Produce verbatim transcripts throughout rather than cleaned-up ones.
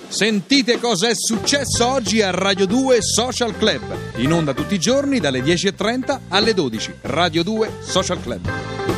Sentite cosa è successo oggi a Radio due Social Club. In onda tutti i giorni dalle dieci e trenta alle dodici. Radio due Social Club.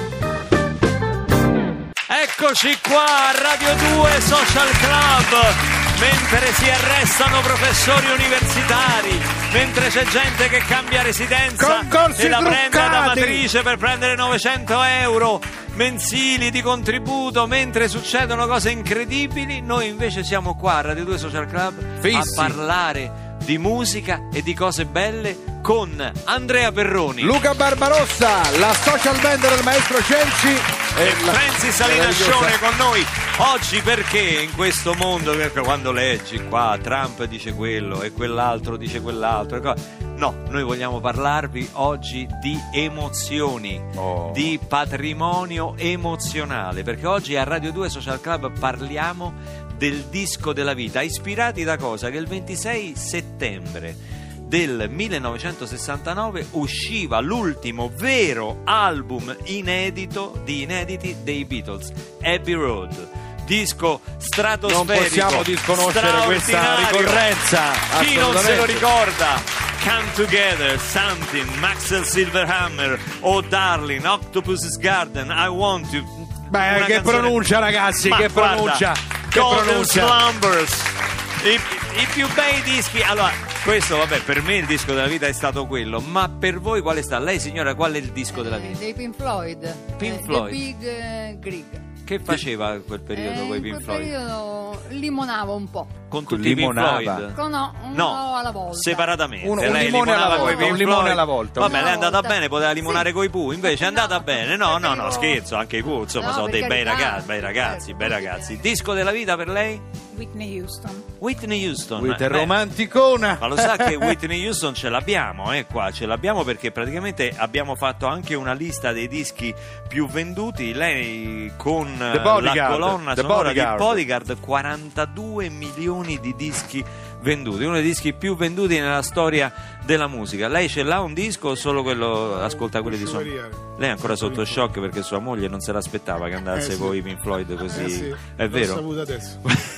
Eccoci qua a Radio due Social Club. Mentre si arrestano professori universitari, mentre c'è gente che cambia residenza Concorsi e la truccati. prende da matrice per prendere novecento euro mensili di contributo, mentre succedono cose incredibili, noi invece siamo qua a Radio due Social Club Fissi. a parlare di musica e di cose belle con Andrea Perroni, Luca Barbarossa, la social band del maestro Cenci e Francis Alinascione con noi oggi, perché in questo mondo, perché quando leggi qua Trump dice quello e quell'altro dice quell'altro, no, noi vogliamo parlarvi oggi di emozioni, Oh. di patrimonio emozionale, perché oggi a Radio due Social Club parliamo del disco della vita, ispirati da cosa? Che il ventisei settembre del millenovecentosessantanove usciva l'ultimo vero album inedito di inediti dei Beatles, Abbey Road, disco stratosferico. Non possiamo disconoscere questa straordinario. ricorrenza. Chi non se lo Assolutamente. ricorda? Come Together, Something, Maxwell Silverhammer, Oh Darling, Octopus's Garden, I Want You. Beh, Una che canzone- pronuncia, ragazzi, Ma che guarda, pronuncia, che Golden pronuncia. Slumbers, I, i più bei dischi. Allora, questo vabbè, per me il disco della vita è stato quello, ma per voi quale sta? Lei signora, qual è il disco della Eh, vita? dei Pink Floyd. Pink Eh, Floyd. The Big eh, Grig. Che faceva in quel periodo Eh, con i in Pink quel Floyd? periodo limonavo un po'. Con tutti i Pink Limonava. Floyd? Con no, uno No, alla volta. separatamente. Un- un Lei limone limonava alla coi volta, Pink un limone Floyd. alla volta. Vabbè, Una lei è andata volta. bene, poteva limonare Sì. coi Pooh, invece è andata No, bene. No, no, no, preferivo- scherzo, anche i Pooh, insomma, No, sono per dei bei carità. ragazzi, bei ragazzi, Certo, bei per ragazzi. carità. Disco della vita per lei? Whitney Houston. Whitney Houston. Whitney Beh, romanticona. ma lo sa che Whitney Houston ce l'abbiamo, eh, qua, ce l'abbiamo perché praticamente abbiamo fatto anche una lista dei dischi più venduti. Lei con eh, la Bodyguard, colonna The sonora Bodyguard. di Bodyguard, quarantadue milioni di dischi venduti, uno dei dischi più venduti nella storia della musica. Lei ce l'ha un disco o solo quello, ascolta quelli di sua? Lei è ancora sotto shock perché sua moglie non se l'aspettava che andasse Eh, sì. con i Pink Floyd così, Eh sì, è l'ho vero? saputo adesso.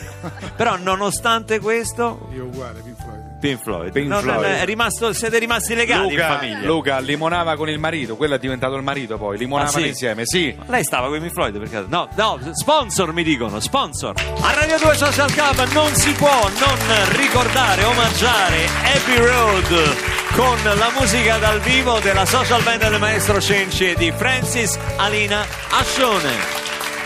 Però nonostante questo Io uguale, Pink Floyd. Pink Floyd, Pink non- Floyd. è rimasto, siete rimasti legati in Luca, famiglia. Luca limonava con il marito, quello è diventato il marito poi, limonavano Ah, sì? insieme, sì. Lei stava con i Pink Floyd per caso? No, no, sponsor mi dicono, sponsor. A Radio due Social Club non si può non ricordare, omaggiare Abbey Road con la musica dal vivo della social band del maestro Cenci e di Francis Alina Ascione.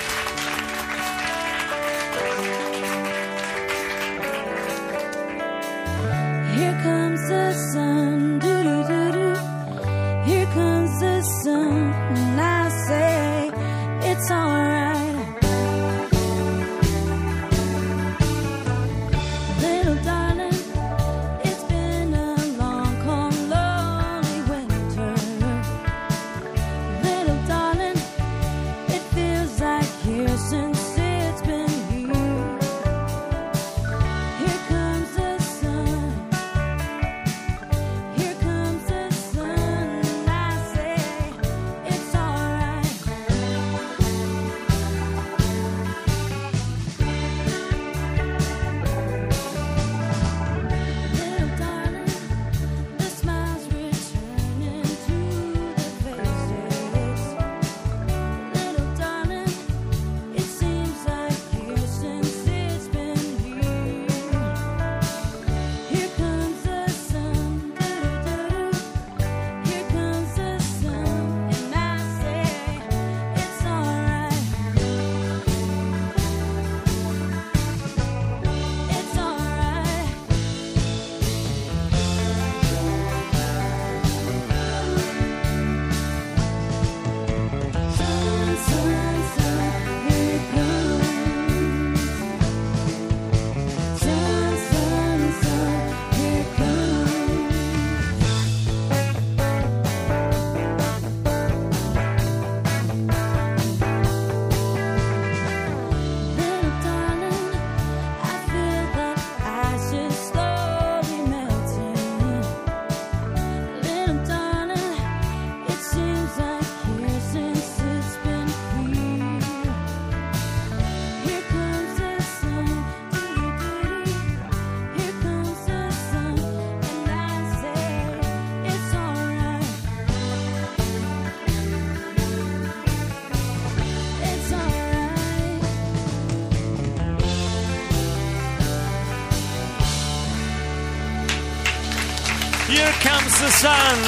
Here comes the sun, doo-doo-doo-doo. Here comes the sun, and I say it's alright. Little darling, it's been a long, cold, lonely winter. Little darling, it feels like years since it's been here. Here comes the sun. Here Comes the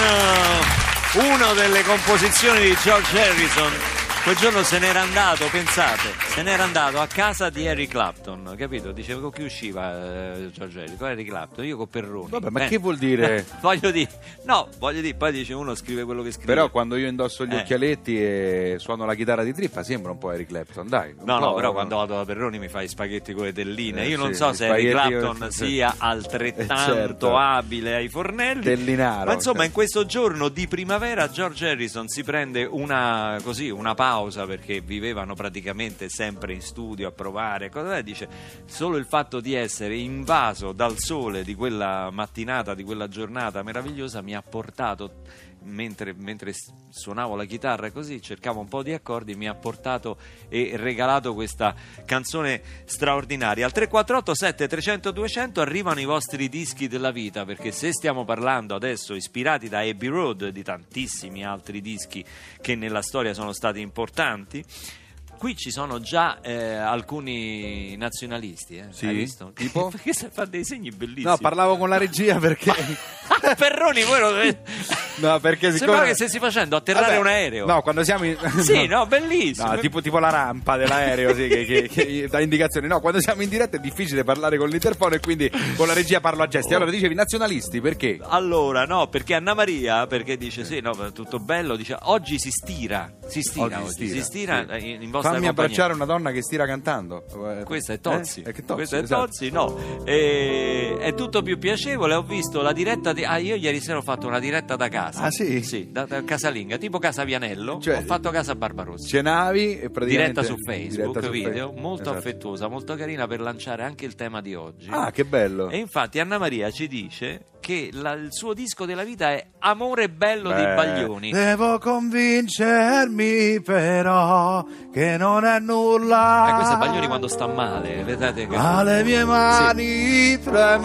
Sun, una delle composizioni di George Harrison. Quel giorno se n'era andato, pensate, se n'era andato a casa di Eric Clapton, capito? Dicevo con chi usciva eh, George Harrison, con Eric Clapton, io con Perroni. Vabbè, ma Eh, che vuol dire? voglio dire, no, voglio dire, poi dice uno scrive quello che scrive. Però quando io indosso gli Eh. occhialetti e suono la chitarra di trippa sembra un po' Eric Clapton, dai. un No, no, po'. però quando vado da Perroni mi fai spaghetti con le telline. Eh, Io non sì, so gli se Eric spaghetti- Clapton sia altrettanto Eh, certo. abile ai fornelli. Tellinaro. Ma insomma, in questo giorno di primavera George Harrison si prende una così una pausa, perché vivevano praticamente sempre in studio a provare, cosa è? Dice solo il fatto di essere invaso dal sole di quella mattinata, di quella giornata meravigliosa mi ha portato, mentre, mentre suonavo la chitarra e così cercavo un po' di accordi, mi ha portato e regalato questa canzone straordinaria. Al tre quattro otto sette trecento duecento arrivano i vostri dischi della vita, perché se stiamo parlando adesso ispirati da Abbey Road, di tantissimi altri dischi che nella storia sono stati importanti, qui ci sono già eh, alcuni nazionalisti, eh? Sì? Hai visto? Tipo? Perché stai a fare dei segni bellissimi. No, parlavo con la regia perché... Perroni, voi lo No, perché sembra siccome... che stessi facendo atterrare Vabbè, un aereo. No, quando siamo in... Sì, no, bellissimo. No, tipo, tipo la rampa dell'aereo, sì, che, che, che dà indicazioni. No, quando siamo in diretta è difficile parlare con l'interfono e quindi con la regia parlo a gesti. Allora dicevi nazionalisti, perché? Allora, no, perché Anna Maria, perché dice sì, no, tutto bello, dice oggi si stira, si stira Oggi oggi, si si stira, stira sì. in, in vostra Fammi compagnia. abbracciare una donna che stira cantando. Questa è Tozzi, Eh? È che Tozzi, questa è esatto. Tozzi, no, e, è tutto più piacevole. Ho visto la diretta di... ah, io ieri sera ho fatto una diretta da casa. Ah, sì? Sì, da, da casalinga, tipo casa Vianello. Cioè, ho fatto casa Barbarossa. Cenavi e praticamente... Diretta su Facebook, diretta su video, Facebook. molto Esatto. affettuosa, molto carina, per lanciare anche il tema di oggi. Ah, che bello. E infatti Anna Maria ci dice che la- il suo disco della vita è Amore bello di Beh, Baglioni. Devo convincermi però che non è nulla. Eh, questo è Baglioni quando sta male, vedete che... Ma le mie mani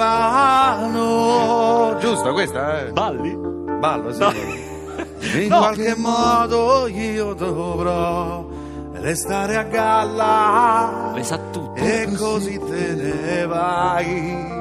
tremano. Giusto, questa è? Balli? Ballo, sì. No. In No. qualche modo io dovrò restare a galla. Le sa tutte. E così te ne vai.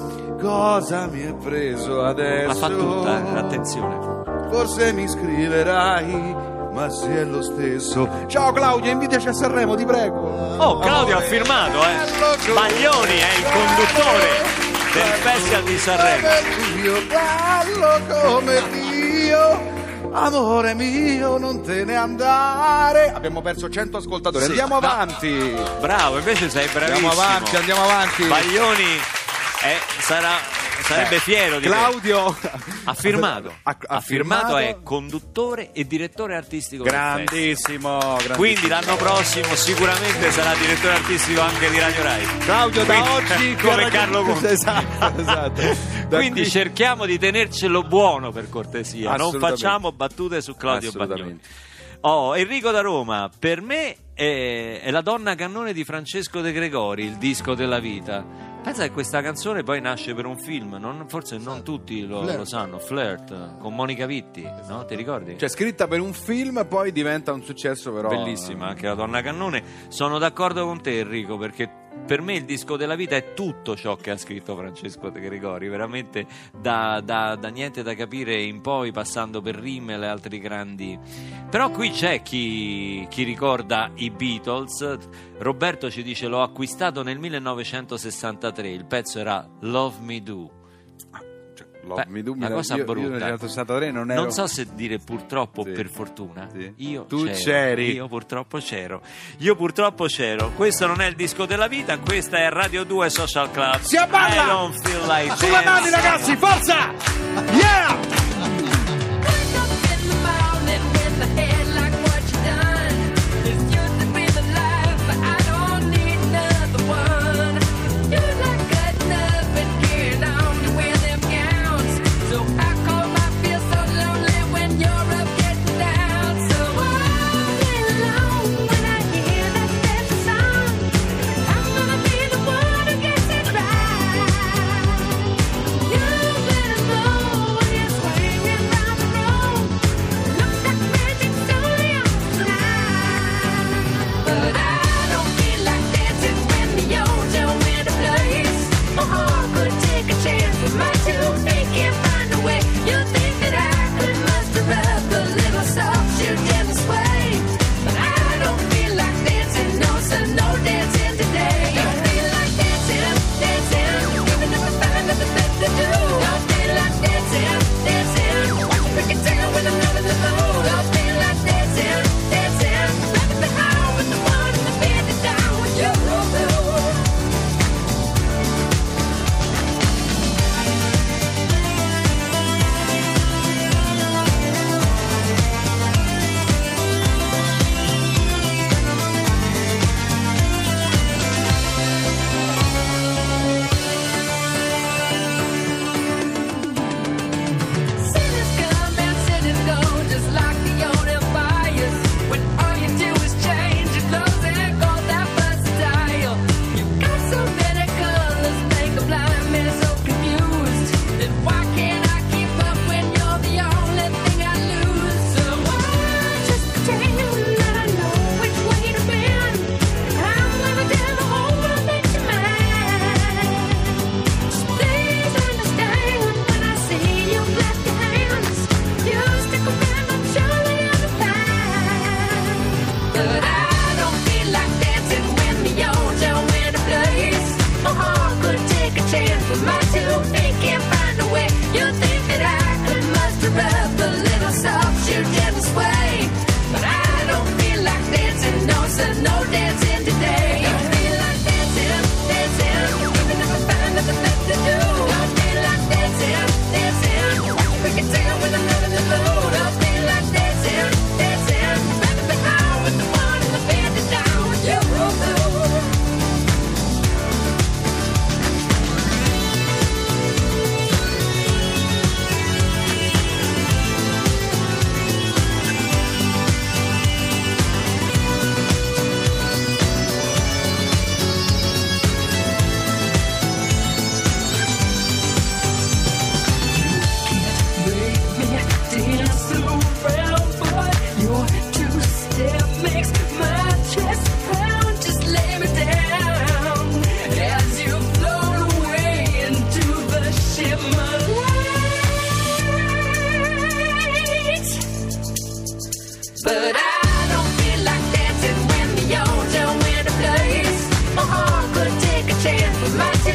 Cosa mi è preso adesso? La fa tutta, eh, attenzione. Forse mi scriverai, ma se è lo stesso. Ciao Claudio, invitaci a Sanremo, ti prego. Oh, Claudio ha firmato, eh. Baglioni è il conduttore del Festival di Sanremo. Io ballo come Dio. Amore mio, non te ne andare. Abbiamo perso cento ascoltatori. Sì. Andiamo No. avanti. Bravo, invece sei bravissimo. Andiamo avanti, andiamo avanti. Baglioni è- sarà, sarebbe Eh, fiero di te. Claudio Ha firmato, ha, ha firmato, è conduttore e direttore artistico del festival. grandissimo, grandissimo. Quindi l'anno prossimo sicuramente sarà direttore artistico anche di Radio Rai. Claudio da Quindi- oggi come Carlo Conti. Esatto, esatto. Da Quindi qui- cerchiamo di tenercelo buono, per cortesia, non Assolutamente. facciamo battute su Claudio Baglioni. Assolutamente. Oh, Enrico da Roma, per me è, è la donna cannone di Francesco De Gregori, il disco della vita. Pensa che questa canzone poi nasce per un film, non- forse non tutti lo, lo sanno, Flirt, con Monica Vitti, no? Ti ricordi? Cioè, scritta per un film, poi diventa un successo, però. Bellissima anche la donna cannone. Sono d'accordo con te, Enrico, perché per me il disco della vita è tutto ciò che ha scritto Francesco De Gregori, veramente da, da- da niente da capire in poi, passando per Rimmel e altri grandi. Però qui c'è chi, chi ricorda i Beatles. Roberto ci dice: l'ho acquistato nel millenovecentosessantatré, il pezzo era Love Me Do. Love Beh, Me Do, una mi- cosa io, brutta. Io nel millenovecentosessantatré non ero. Non so se dire purtroppo o Sì. per fortuna. Sì. Io Tu c'ero. c'eri. Io purtroppo c'ero. Io purtroppo c'ero. Questo non è il disco della vita, questa è Radio due Social Club. Si abballa! I don't feel like Sulle dance. mani, ragazzi, forza! Yeah! Wake up in the morning with my head like what you done. This used to be the life, but I don't need another one. You like cutting up and gearing on to wear them gowns. So how come I feel so lonely when you're up getting down? So all day long when I hear that sad song, I'm gonna be the one who gets it right. You better know when you're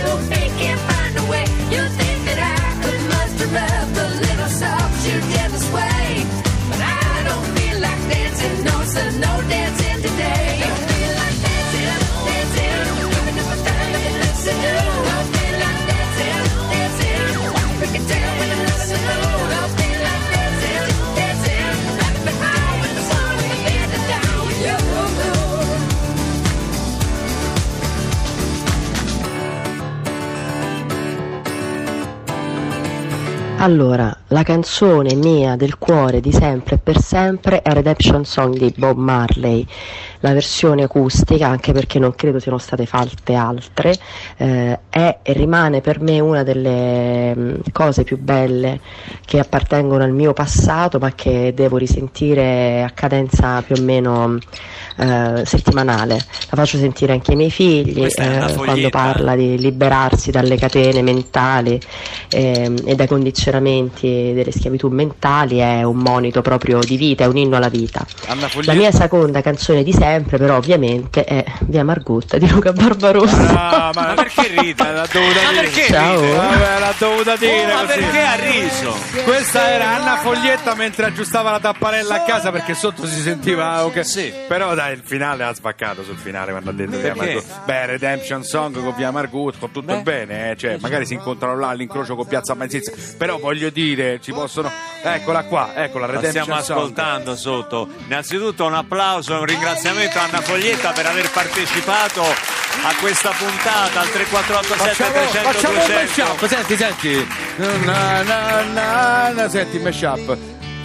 He can't find a way. You think that I could muster up the little soft you jealous way, but I don't feel like dancing, no, so no dancing today. Don't feel like dancing, dancing, giving up a time that you listen to. Don't feel like dancing, dancing, we can tell when you listen to. Don't feel like dancing, dancing, left behind with the song and the band is down with you. Allora, la canzone mia del cuore di sempre e per sempre è Redemption Song di Bob Marley, la versione acustica, anche perché non credo siano state fatte altre, eh, è e rimane per me una delle mh, cose più belle che appartengono al mio passato, ma che devo risentire a cadenza più o meno eh, settimanale. La faccio sentire anche ai miei figli Questa è una eh, foglietta. quando parla di liberarsi dalle catene mentali ehm, e dai condizionamenti delle schiavitù mentali. È un monito proprio di vita, è un inno alla vita. Anna Foglietta. La mia seconda canzone di sempre però ovviamente è Via Margutta di Luca Barbarossa. Ah, ma, Ma perché ride? l'ha dovuta Ma dire. perché Ciao. ride? Vabbè, l'ha dovuta dire Oh, ma così. perché ha riso? Questa era Anna Foglietta mentre aggiustava la tapparella a casa, perché sotto si sentiva ok. Sì. Però dai, il finale ha spaccato sul finale quando ha detto Via Perché? Margut. Beh, Redemption Song con Via Margut, con tutto Beh. il bene, eh. Cioè, magari si incontrano là all'incrocio con Piazza Manzizza. Però voglio dire, ci possono. Eccola qua, eccola La Redemption stiamo Song. ascoltando sotto. Innanzitutto un applauso e un ringraziamento a Anna Foglietta per aver partecipato a questa puntata al tre quattro otto sette Facciamo, trecento facciamo un duecento. mashup, senti, senti. Na, na, na, na, senti, mashup.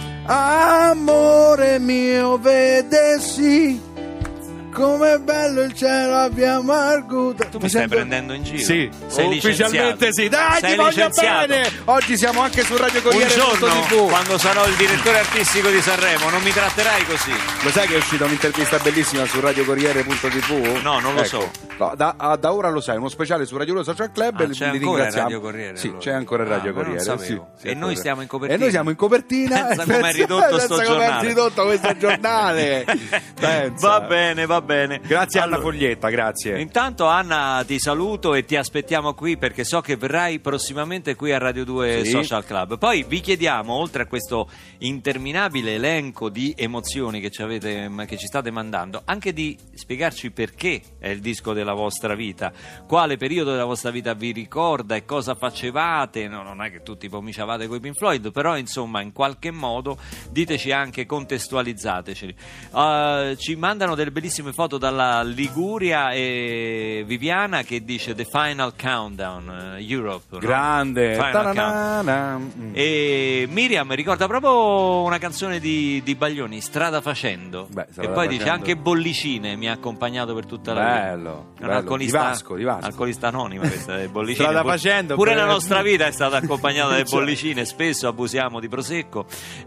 Amore mio, vedessi com'è bello il cielo a Via Margutta. Tu mi stai prendendo in giro? Sì, Sei ufficialmente licenziato. sì. Dai, Sei ti voglio licenziato. bene. Oggi siamo anche su Radio Un Corriere giorno, punto tivù. quando sarò il direttore artistico di Sanremo, non mi tratterai così. Lo sai che è uscita un'intervista bellissima su Radio Corriere punto tivù? No, non lo Ecco. so. No, da, ah, da ora lo sai, uno speciale su Radio due Social Club. Ah, e li- c'è li ancora ringraziamo. Radio Corriere, Sì, allora. c'è ancora Ah, Radio ma non Corriere. sapevo. sì, sì, E noi ancora. stiamo in copertina. E noi siamo in copertina. Pensa com'è ridotto sto Pensa com'è giornale. ridotto questo giornale. Pensa. Va bene, va bene. Grazie Anna Allora, Foglietta, grazie. Intanto Anna ti saluto e ti aspettiamo qui perché so che verrai prossimamente qui a Radio due Sì. Social Club. Poi vi chiediamo, oltre a questo interminabile elenco di emozioni che ci, avete, che ci state mandando, anche di spiegarci perché è il disco della vostra vita, quale periodo della vostra vita vi ricorda e cosa facevate. No, non è che tutti pomiciavate coi Pink Floyd, però insomma in qualche modo diteci anche, contestualizzateceli. Uh, ci mandano delle bellissime foto dalla Liguria e Viviana che dice The Final Countdown, uh, Europe, no? Grande. Final Ta-na-na-na. Countdown. E Miriam ricorda proprio una canzone di, di Baglioni, Strada Facendo. Beh, Strada e poi dice Facendo. anche Bollicine mi ha accompagnato per tutta la vita. Bello, È un bello. alcolista, Di Vasco, di Vasco. alcolista anonima questa delle bollicine. Strada Pure- Facendo, pure per- la nostra vita è stata accompagnata dalle Cioè. bollicine, spesso abusiamo di prosecco.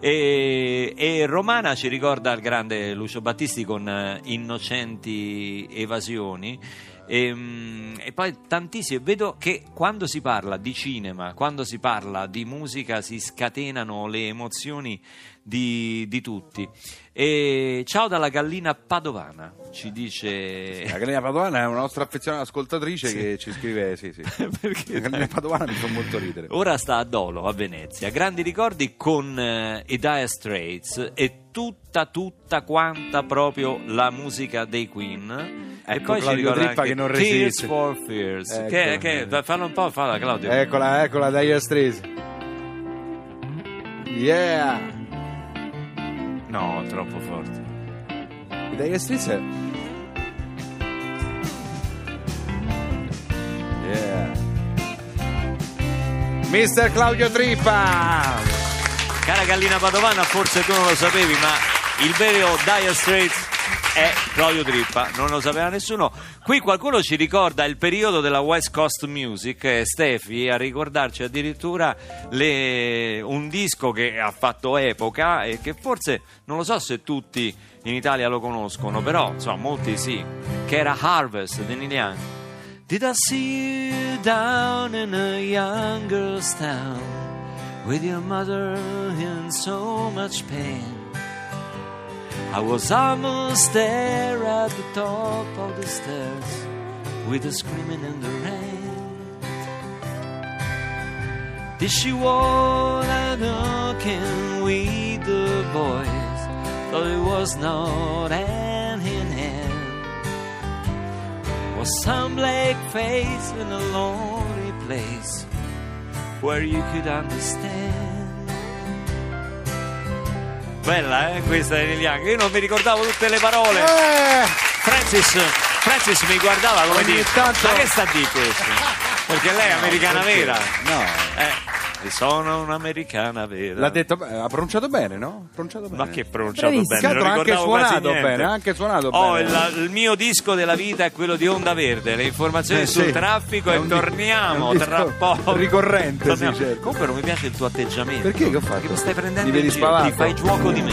E, e Romana ci ricorda il grande Lucio Battisti con eh, Innocenti evasioni. E, mm, e poi tantissimi, vedo che quando si parla di cinema, quando si parla di musica si scatenano le emozioni di, di tutti. E ciao dalla gallina padovana, ci dice. La Gallina Padovana è una nostra affezionata ascoltatrice che ci scrive, sì, sì. Perché? La Gallina Padovana mi fa molto ridere. Ora sta a Dolo, a Venezia. Grandi ricordi con eh, i Dire Straits e tutta, tutta quanta proprio la musica dei Queen. Ecco, e poi ci Claudio ricorda Trippa anche che non Tears resiste. for Fears. Ecco. Che, che, fallo un po', falla Claudio. Eccola, eccola, Dire Straits. Yeah! No, troppo forte. I Dire Straits è... Yeah! mister Claudio Trippa! Cara gallina padovana, forse tu non lo sapevi, ma il vero Dire Straits è Claudio Trippa, non lo sapeva nessuno. Qui qualcuno ci ricorda il periodo della West Coast Music, eh, Stefi a ricordarci addirittura le, un disco che ha fatto epoca e che forse non lo so se tutti in Italia lo conoscono, però insomma molti sì, che era Harvest di Neil Young. Did I see you down in a young girl's town with your mother in so much pain? I was almost there at the top of the stairs with a screaming in the rain. Did she walk out looking with the boys? Though it was not hand in hand. Was some black face in a lonely place where you could understand. Bella, eh, questa è Neil Young. Io non mi ricordavo tutte le parole. Eh, Francis, Francis mi guardava come Ogni dire, tanto- ma che sta di questo? Perché lei è americana perché? vera. No. Eh, sono un'americana vera. L'ha detto, beh, ha pronunciato bene, no? Pronunciato bene. Ma che pronunciato Bravissimo. bene, non Ha anche ricordavo quasi suonato niente. bene, ha anche suonato Oh, bene. il, il mio disco della vita è quello di Onda Verde, le informazioni Eh, sul sì. traffico È e un di- torniamo è un disco tra poco. ricorrente, sì, Torniamo. certo. Comunque non mi piace il tuo atteggiamento. Perché? Che ho fatto? Perché mi stai prendendo Mi vedi in giro, ti spavato? fai gioco di me.